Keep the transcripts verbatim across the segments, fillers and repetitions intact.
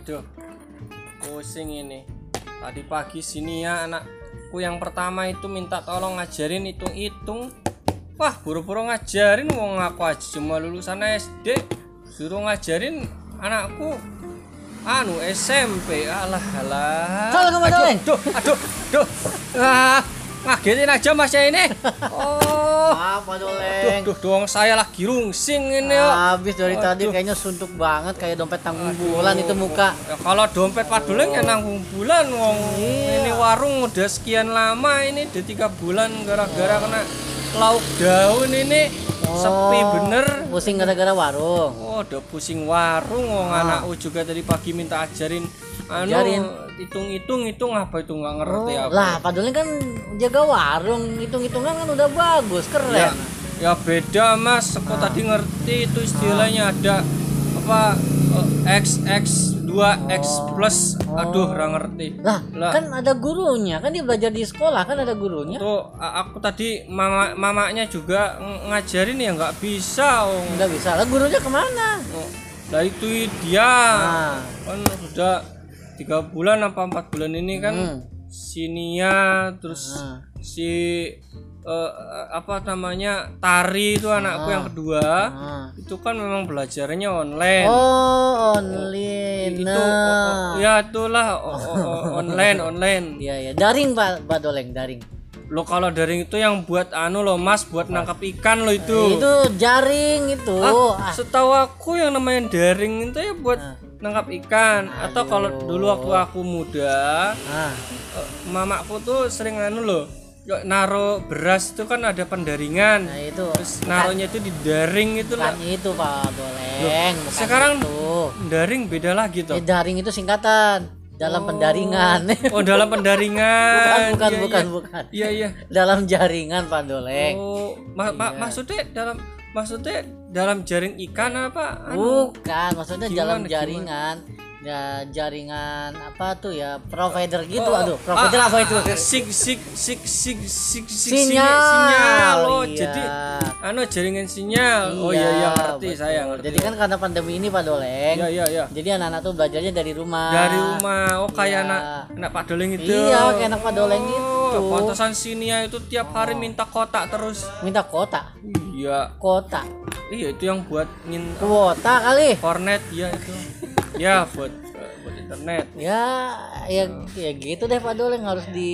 Aduh, pusing ini. Tadi pagi sini ya anakku yang pertama itu minta tolong ngajarin hitung-hitung. Wah, buru-buru ngajarin, wong aku aja cuma lulusan S D, suruh ngajarin anakku anu S M P. Alah alah. Salah aduh, aduh, aduh, aduh. Ah, ngagetin aja Mas ya ini. Oh. Apa Doleng? Duh, dong saya lagi rungsing ini ya. Habis dari Aduh. tadi kayaknya suntuk banget kayak dompet tanggung bulan itu muka. Ya, kalau dompet Pak Doleng ya nanggung bulan wong. Iya. Ini warung udah sekian lama ini udah tiga bulan gara-gara kena lauk daun ini. Oh, Sepi bener. Pusing gara-gara warung. Oh, udah pusing warung wong Ah. anakku juga tadi pagi minta ajarin anu Ajarin. hitung-hitung hitung apa itu nggak ngerti Oh, aku. lah Pak Doleng kan jaga warung, hitung-hitungan kan udah bagus, Ya, keren. ya beda Mas, aku Ah. tadi ngerti itu istilahnya ada apa eh, X X dua X plus, aduh nggak ngerti. Lah, Lah. kan ada gurunya, kan dia belajar di sekolah kan ada gurunya. Tuh a- aku tadi mama mamanya juga ng- ngajarin ya nggak bisa Ong. Enggak bisa. Lah gurunya kemana? Oh, Lah itu dia Nah. kan sudah tiga bulan apa empat bulan ini kan Hmm. sinia terus Ah. si eh, apa namanya tari itu anakku yang kedua Ah. itu kan memang belajarnya online. Oh, online. Itu Nah. oh, oh, ya itulah oh, oh, oh, online online. Iya ya, daring Pak, Pak Doleng, daring. Lo kalau daring itu yang buat anu lo Mas buat nangkap ikan lo itu. Itu jaring itu. Ah, Ah, setahu aku yang namanya daring itu ya buat nangkap ikan. Atau kalau dulu waktu aku muda, ah. eh, mamaku tuh sering anu loh, yuk, naro beras itu kan ada pendaringan. Nah, itu. Terus naruhnya itu di daring itu lah. Bukan itu Pak Doleng, bukan Sekarang itu. daring beda lagi Eh, toh. daring itu singkatan dalam pendaringan. Oh, dalam pendaringan. bukan, Iya, bukan, iya. bukan. Iya, iya. Dalam jaringan Pak Doleng. Oh, ma- ma- Iya. maksudnya dalam maksudnya dalam jaring ikan apa? Anu? Bukan, maksudnya Gimana, dalam jaringan. Ya, jaringan apa tuh ya, provider gitu. Oh, Aduh, provider ah, apa itu? Sig sig sig sig sig sig Sinyal. sinyal. Oh, Iya. jadi anu jaringan sinyal. Oh iya iya ngerti betul. saya ngerti. Jadi kan karena pandemi ini Pak Doleng. Iya iya iya. Jadi anak-anak tuh belajarnya dari rumah. Dari rumah. Oh kayak Iya. anak anak Pak Doleng itu. Iya, kayak anak Pak Doleng gitu. Oh, pantesan sinia itu tiap hari minta kotak terus. Minta kota. Iya. Kota. Iya itu yang buat ngin Kuota kali. kornet ya itu. Ya buat buat internet. Ya, ya, ya gitu deh Pak Doleng, harus di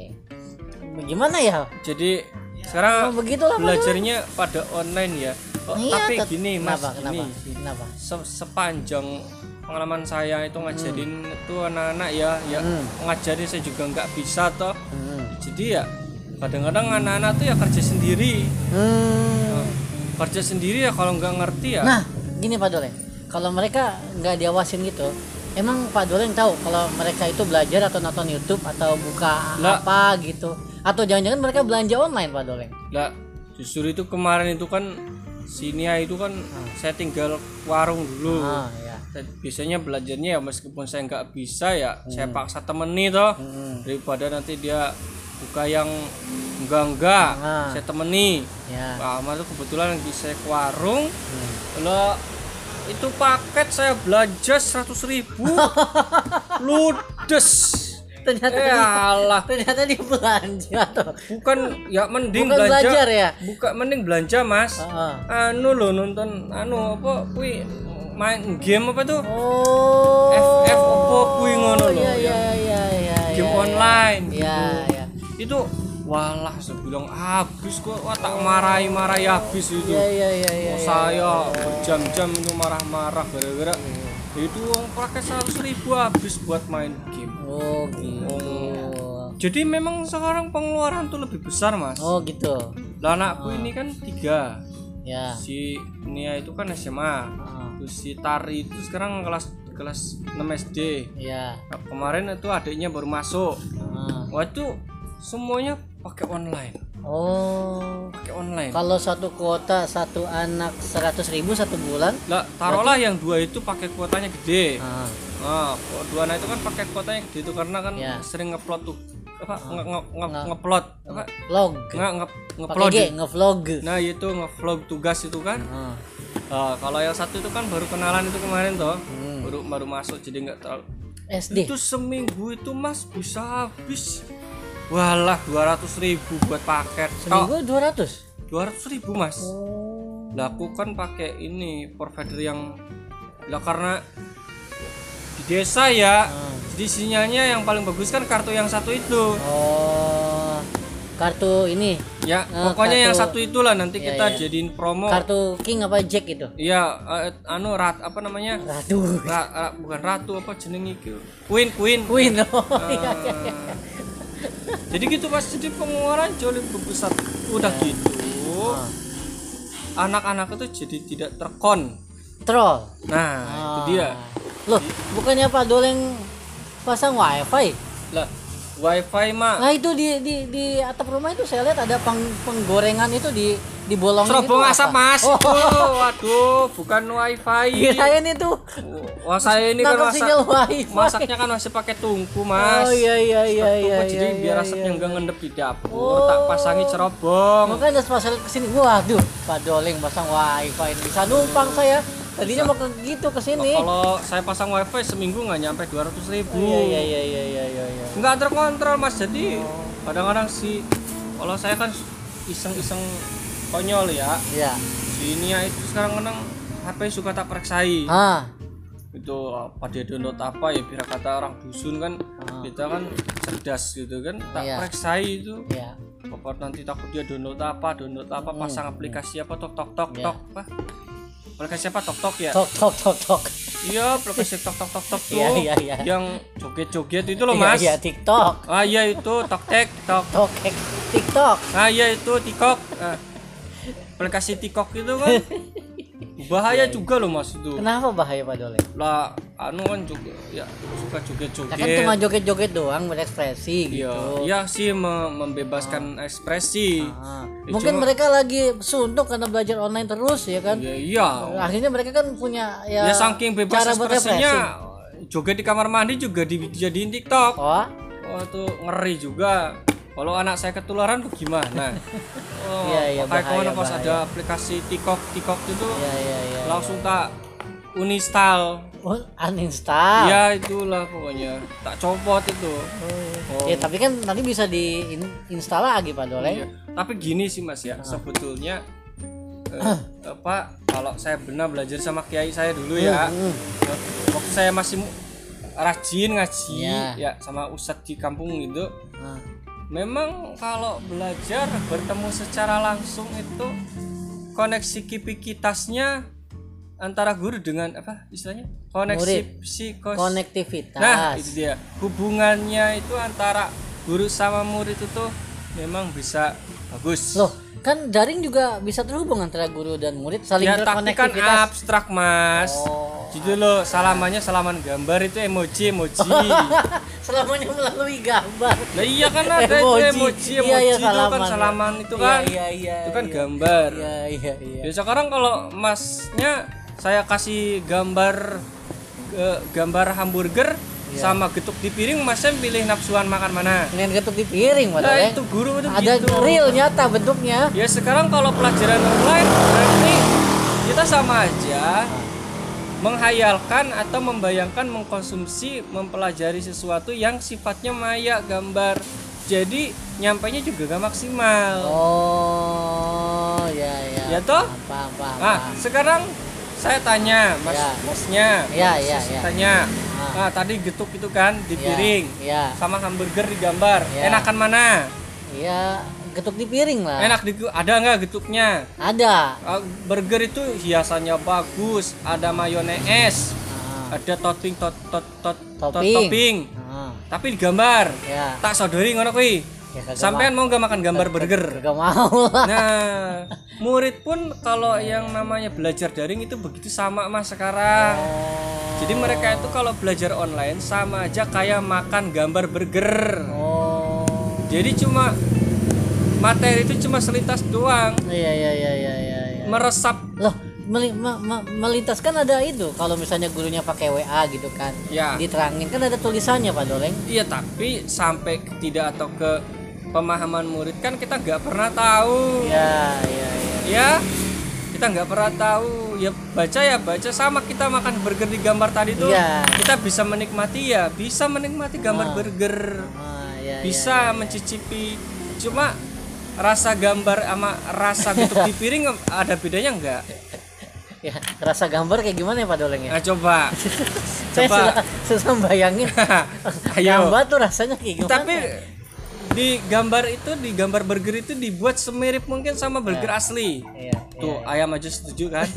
gimana ya? Jadi sekarang Oh, begitulah, Pak belajarnya pada online ya. Oh, Iya, tapi tet- gini Mas, kenapa, gini. kenapa? Kenapa? Se- sepanjang pengalaman saya itu ngajarin itu anak-anak ya ya Hmm. ngajarin saya juga nggak bisa toh. Hmm. Jadi ya kadang-kadang anak-anak tuh ya kerja sendiri. Hmm. Nah, kerja sendiri ya kalau nggak ngerti ya. Nah, gini Pak Doleng, kalau mereka nggak diawasin gitu, emang Pak Doleng tahu kalau mereka itu belajar atau nonton YouTube atau buka Lah. apa gitu, atau jangan-jangan mereka belanja online Pak Doleng? Lah justru itu kemarin itu kan sinia itu kan saya tinggal warung dulu. Ah, ya. Dan biasanya belajarnya ya meskipun saya nggak bisa ya saya paksa temeni toh Hmm. daripada nanti dia buka yang enggak-enggak Ah. saya temeni. Ya. Nah, Mas tuh kebetulan lagi saya ke warung. Hmm. Lah itu paket saya belanja seratus ribu ludes. Ternyata Eh alah, ternyata dia belanja tuh. bukan ya mending Bukan belanja. belajar ya? Buka mending belanja Mas. Heeh. Anu loh nonton anu apa kui main game apa tuh? Oh. F F apa kui ngono loh. Iya yang iya iya iya. game iya, online Iya gitu. iya. Itu walah saya bilang habis kok wah, tak marahi-marahi habis itu. Iya iya iya iya. Oh, saya berjam-jam itu marah-marah gara-gara itu uang pakai seratus ribu habis buat main game. Oh gitu. Jadi memang sekarang pengeluaran tuh lebih besar Mas. Oh gitu. Lah anakku ini kan tiga. Ya. Si Nia itu kan S M A. Ah, Terus si Tari itu sekarang kelas kelas enam S D. ya. Nah, kemarin itu adiknya baru masuk. Ah. Wah itu semuanya pakai online. Oh. Pakai online. Kalau satu kuota satu anak seratus ribu satu bulan. Lah taruhlah yang dua itu pakai kuotanya gede. Ah. Nah, dua anak itu kan pakai kuotanya gede itu karena kan Ya. sering ngupload tuh apa nge nge nge Nge- ngupload apa Vlog. nggak nge Pakai ngupload. G, ngevlog. Nah, itu ngevlog tugas itu kan. Ah. Nah, kalau yang satu itu kan baru kenalan itu kemarin toh. Hmm. baru baru masuk jadi nggak terlalu. S D. Itu seminggu itu mas bisa habis walah dua ratus ribu buat paket. Seminggu dua ratus. Dua ratus ribu mas. Oh. Lah aku kan pakai ini provider yang lah karena di desa ya. Hmm. Jadi sinyalnya yang paling bagus kan kartu yang satu itu. Oh. Kartu ini. Ya, Ah, pokoknya yang kartu- satu itulah nanti Iya, kita iya. jadiin promo. Kartu King apa Jack itu? Iya, eh, anu rat apa namanya? Ratu. Ra- ra- bukan ratu apa jeneng iki? Queen, Queen. Queen. Oh, Ah. iya, iya, iya. Jadi gitu Mas, jadi pengeluaran jauh lebih besar. Udah gitu. Ah. Anak-anak itu jadi tidak terkon. Troll. Nah, itu dia. Loh, bukannya Pak Doleng pasang wifi? Lah, wifi mah Nah itu di di di atap rumah itu saya lihat ada peng, penggorengan itu di di bolong serobong itu asap apa? Mas. Oh, Oh, waduh, bukan wifi. kirain itu Wah, saya ini kan nangkap masak, sinyal wifi. masaknya kan masih pakai tungku, Mas. Oh iya iya iya Tungku, iya. jadi iya, biar iya, asapnya iya. enggak ngendep di dapur, Oh. tak pasangi cerobong. Makanya pas saya lihat kesini, waduh, Pak Doleng pasang wifi ini bisa numpang saya. Tadinya mau ke gitu ke sini. Kalau saya pasang wifi seminggu nggak nyampe dua ratus ribu. Iya iya iya iya iya iya. iya. Nggak terkontrol Mas, jadi kadang-kadang sih kalau saya kan iseng-iseng konyol ya. Iya. Si ini ya itu sekarang kadang H P suka tak pereksai. Ah. Itu apa dia download apa ya biar kata orang dusun kan Ah. kita kan cerdas gitu kan tak Iya. pereksai itu. Iya. Pokok nanti takut dia download apa, download apa, Hmm. pasang aplikasi apa, tok tok tok Iya. tok apa? Aplikasi apa tok tok ya? Tok tok tok tok. Iya, aplikasi tok tok tok tok tuh. Iya, iya, iya. Yang joget-joget itu loh, Iya, Mas. Iya, TikTok. Ah iya itu tok tek tok. Tok TikTok. Ah iya itu TikTok. Ah, aplikasi TikTok itu kan bahaya juga loh Mas itu. Kenapa bahaya Pak Doleng? Lah anu kan juga ya suka Ya joget-joget. kan cuma joget-joget doang berekspresi Iya, gitu. iya sih me- membebaskan ekspresi. Ah. Ya, Mungkin cuma- mereka lagi suntuk karena belajar online terus ya kan. Iya, iya. Akhirnya mereka kan punya ya, Ya saking bebas cara ekspresinya berekspresi. joget di kamar mandi juga dijadiin TikTok. Oh, Wah itu ngeri juga. Kalau anak saya ketularan tuh gimana? Oh, Iya, iya, kayak bahaya, kemana pas bahaya. ada aplikasi TikTok TikTok itu iya iya iya. langsung tak uninstall. Oh, uninstall. Ya itulah pokoknya tak copot itu. Oh. Ya tapi kan nanti bisa diinstal lagi Pak Doleng. Iya. Tapi gini sih Mas ya, sebetulnya eh, apa kalau saya benar belajar sama kiai saya dulu ya. Hmm. Waktu saya masih mu- rajin ngaji Iya. ya sama ustadz di kampung gitu. Ah. Memang kalau belajar bertemu secara langsung itu koneksivitasnya antara guru dengan apa istilahnya koneksi Murid. psikos Konektivitas. nah itu dia hubungannya itu antara guru sama murid itu tuh memang bisa bagus. Loh, kan daring juga bisa terhubung antara guru dan murid saling Ya tapi kan berkonektivitas. abstrak Mas. Oh. Jadi lo salamannya salaman gambar itu emoji emoji. Selamanya melalui gambar. Nah iya kan ada itu Emoji. emoji Iya, emoji iya, itu kan salaman. salaman itu Iya, kan. iya, iya, itu kan iya. gambar. Iya iya iya. Ya sekarang kalau masnya saya kasih gambar eh, gambar hamburger Iya. sama getuk di piring, masnya pilih nafsuan makan mana? Dengan getuk di piring Pak Nah Doleng. itu guru itu Ada gitu. real nyata bentuknya. Ya sekarang kalau pelajaran online berarti kita sama aja menghayalkan atau membayangkan, mengkonsumsi, mempelajari sesuatu yang sifatnya maya gambar. Jadi nyampainya juga gak maksimal. Oh, ya ya. Ya toh? Paham, paham, Nah, paham. sekarang saya tanya, Mas, Ya. Masnya, Ya, Mas, ya, saya ya. tanya. Ah. Nah, tadi getuk itu kan di Ya, piring Ya. sama hamburger di gambar. Ya. Enakan mana? Ya, getuk di piring lah. Enak di ada nggak getuknya? Ada. Uh, burger itu hiasannya bagus, ada mayones, Ah, ada topping tot tot tot tot- Topping. topping. ah, Tapi digambar. ya. Tak sodori ngono kuwi. Ya, kagak Sampean mau nggak makan gambar burger? Gak mau lah. Nah, murid pun kalau yang namanya belajar daring itu begitu sama Mas sekarang. Jadi mereka itu kalau belajar online sama aja kayak makan gambar burger. Oh. Jadi cuma materi itu cuma selintas doang, Iya iya iya iya iya. iya. meresap. Loh, meli- ma- ma- melintas kan ada itu. Kalau misalnya gurunya pakai W A gitu kan. Ya. Diterangin kan ada tulisannya Pak Doleng. Iya, tapi sampai ke tidak atau ke pemahaman murid kan kita nggak pernah tahu. Ya, ya, ya. Ya, kita nggak pernah tahu. ya baca ya baca, sama kita makan burger di gambar tadi tuh. Iya. Kita bisa menikmati ya, bisa menikmati gambar Ah. burger. Ah, ya, Bisa ya, ya, ya. mencicipi. Cuma rasa gambar sama rasa bentuk di piring ada bedanya enggak? Ya, rasa gambar kayak gimana ya Pak Doleng ya? Nah, coba. Saya coba. susah, susah bayangin. Ayo. Gambar tuh rasanya kayak gimana? Tapi di gambar itu, di gambar burger itu dibuat semirip mungkin sama burger asli. Iya, Tuh, iya, ayam aja setuju kan?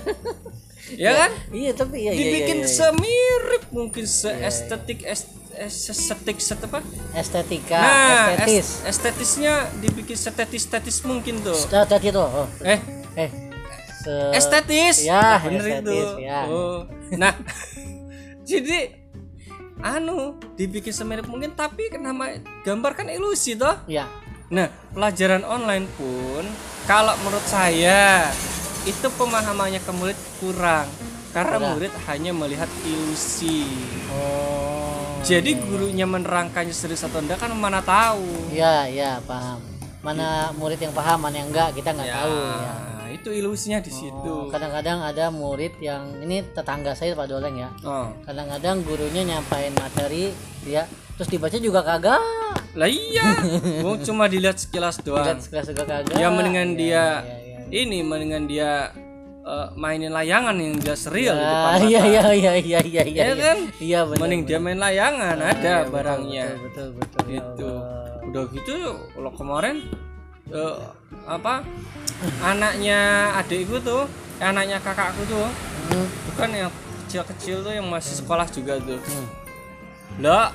Ya kan? iya tapi iya, iya, Dibikin iya, iya. semirip mungkin seestetik est- estetik set apa? Estetika, Nah, estetis. es- estetisnya dibikin setetis-tetis mungkin tuh. Estetis tuh. Oh. Eh, Eh. Se- estetis. Ya, bener estetis, itu. ya. Oh. Nah, jadi anu dibikin semirip mungkin, tapi nama gambar kan ilusi toh. Ya. Nah, pelajaran online pun kalau menurut saya itu pemahamannya ke murid kurang, karena Kurang. murid hanya melihat ilusi. Oh. Jadi gurunya menerangkannya serius atau enggak kan mana tahu. Ya, ya, paham. Mana murid yang paham, mana yang enggak, kita nggak Ya, tahu ya. itu ilusinya di situ. Oh, kadang-kadang ada murid yang ini tetangga saya Pak Doleng ya. Oh. Kadang-kadang gurunya nyampain materi ya, terus dibaca juga kagak. Lah iya, Wong cuma dilihat sekilas doang. Lihat sekelas juga kagak. Ya mendingan Ya, dia ya, ya, ya. ini mendingan dia eh, mainin layangan yang jelas real di depan Ah, mata. iya iya iya iya iya iya. Ya kan? Iya benar. Mending dia main layangan, Ah, ada iya, betul, barangnya. Betul betul betul. Ya Gitu. Allah. Udah gitu kalau kemarin eh, apa anaknya adikku tuh, eh, anaknya kakakku tuh, Hmm. bukan yang kecil-kecil tuh yang masih sekolah juga tuh. Hmm. Lah,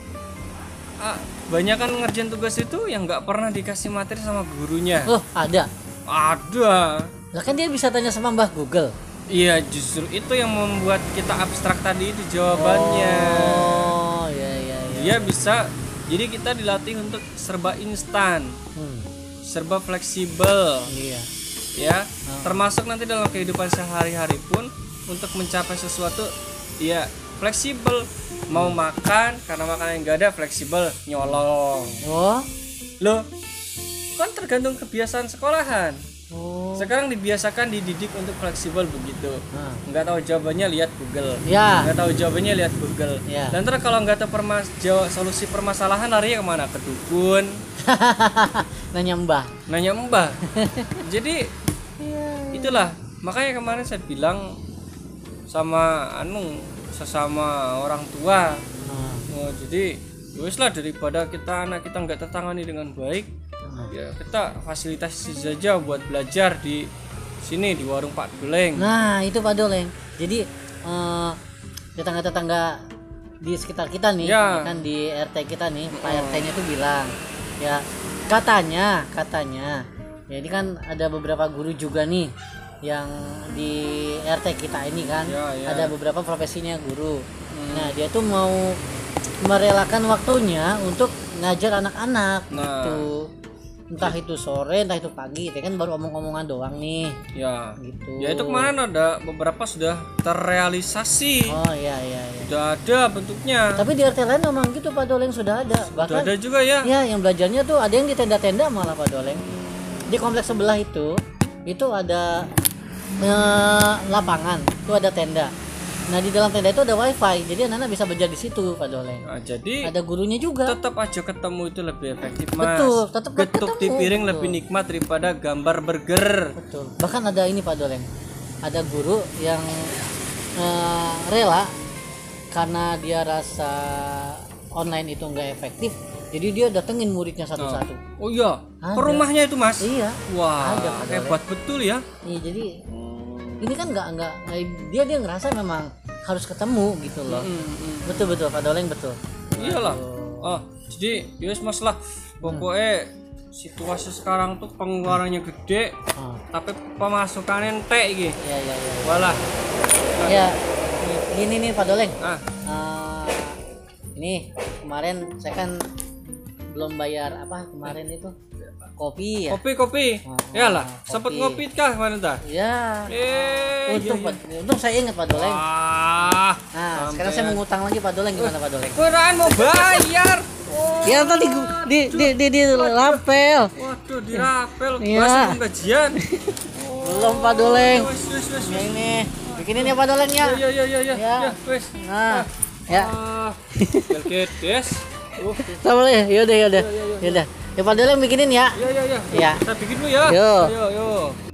ah, banyak kan ngerjain tugas itu yang nggak pernah dikasih materi sama gurunya. Oh, ada. Ada. Lah kan dia bisa tanya sama Mbah Google. Iya, justru itu yang membuat kita abstrak tadi itu jawabannya. Oh, iya iya iya. Dia bisa, jadi kita dilatih untuk serba instan, Hmm. serba fleksibel, Iya. ya. Termasuk nanti dalam kehidupan sehari-hari pun untuk mencapai sesuatu, ya fleksibel. Mau makan, karena makanan yang gak ada, fleksibel, nyolong. Oh. Loh, kan tergantung kebiasaan sekolahan. Oh. Sekarang dibiasakan dididik untuk fleksibel begitu. Nah. Nggak tahu jawabannya lihat Google. Ya. Nggak tahu jawabannya lihat Google. Ya. Dan terus kalau nggak tahu permas jawab solusi permasalahan larinya kemana? Ke dukun, Nanya Mbah. nanya mbah. Jadi itulah makanya kemarin saya bilang sama anu sesama orang tua. Nah. Oh, jadi wis lah, daripada kita anak kita nggak tertangani dengan baik, ya kita fasilitasi saja buat belajar di sini di warung Pak Doleng. Nah, itu Pak Doleng. Jadi eh, tetangga-tetangga di sekitar kita nih, Ya. ya kan di R T kita nih, Pak R T-nya tuh bilang, ya katanya, katanya, ya ini kan ada beberapa guru juga nih yang di R T kita ini kan, Ya, ya. ada beberapa profesinya guru. Nah, dia tuh mau merelakan waktunya untuk ngajar anak-anak Nah. gitu. Entah itu sore, entah itu pagi, itu kan baru omong-omongan doang nih. Ya, Gitu. ya itu kemarin ada beberapa sudah terrealisasi, Oh iya iya iya. sudah ada bentuknya. Tapi di R T lain memang gitu Pak Doleng sudah ada. Sudah Bahkan ada juga ya. ya yang belajarnya tuh ada yang di tenda-tenda malah Pak Doleng. Di kompleks sebelah itu itu ada eh, lapangan, itu ada tenda. Nah di dalam tenda itu ada wifi, jadi anak-anak bisa belajar di situ Pak Doleng. Nah, jadi Ada gurunya juga. tetap aja ketemu itu lebih efektif, Mas. Betul, tetap Getuk di ketemu. piring Betul. lebih nikmat daripada gambar burger. Betul. Bahkan ada ini Pak Doleng. Ada guru yang eh, rela karena dia rasa online itu nggak efektif, jadi dia datengin muridnya satu-satu. Oh iya, Ada. ke rumahnya itu, Mas. Iya. Wah, Ada, Pak Doleng. hebat betul ya. Iya jadi ini kan nggak nggak nggak- dia dia ngerasa memang harus ketemu gitu loh. Hmm, hmm. Betul betul Pak Doleng betul. Iyalah. Aduh. Oh, jadi yus Mas lah. Pokoknya situasi sekarang tuh pengeluarannya gede, Oh, tapi pemasukannya entek iki. iya iya iya. Walah. Ya gini nih Pak Doleng. Ah, Eh, ini kemarin saya kan belum bayar apa kemarin itu kopi ya. kopi kopi. Oh, Yalah, kopi. sempet ngopi kah kemarin tah? Ya. Eh, Untung, iya, Pak- untung saya ingat Pak Doleng. Ah, Nah, sekarang saya mau ngutang lagi Pak Doleng gimana Pak Doleng? Kurang mau bayar. Ya tadi gua- di di di, di lapel. Waduh, dirapel. Iya. Masih belum gajian. Belum Pak Doleng. Wes wes wes. Ya ini, bikinin ya Pak Doleng ya. Ya ya ya ya Ya. ya. Wes. Nah, ya. Ah, Belgedes. Uh, Sama ya, yaudah yaudah, Ya, ya, ya. yaudah. Ya Pak Doleng bikinin ya. ya ya ya. Ya. Kita bikin dulu ya. Yo. Yo yo.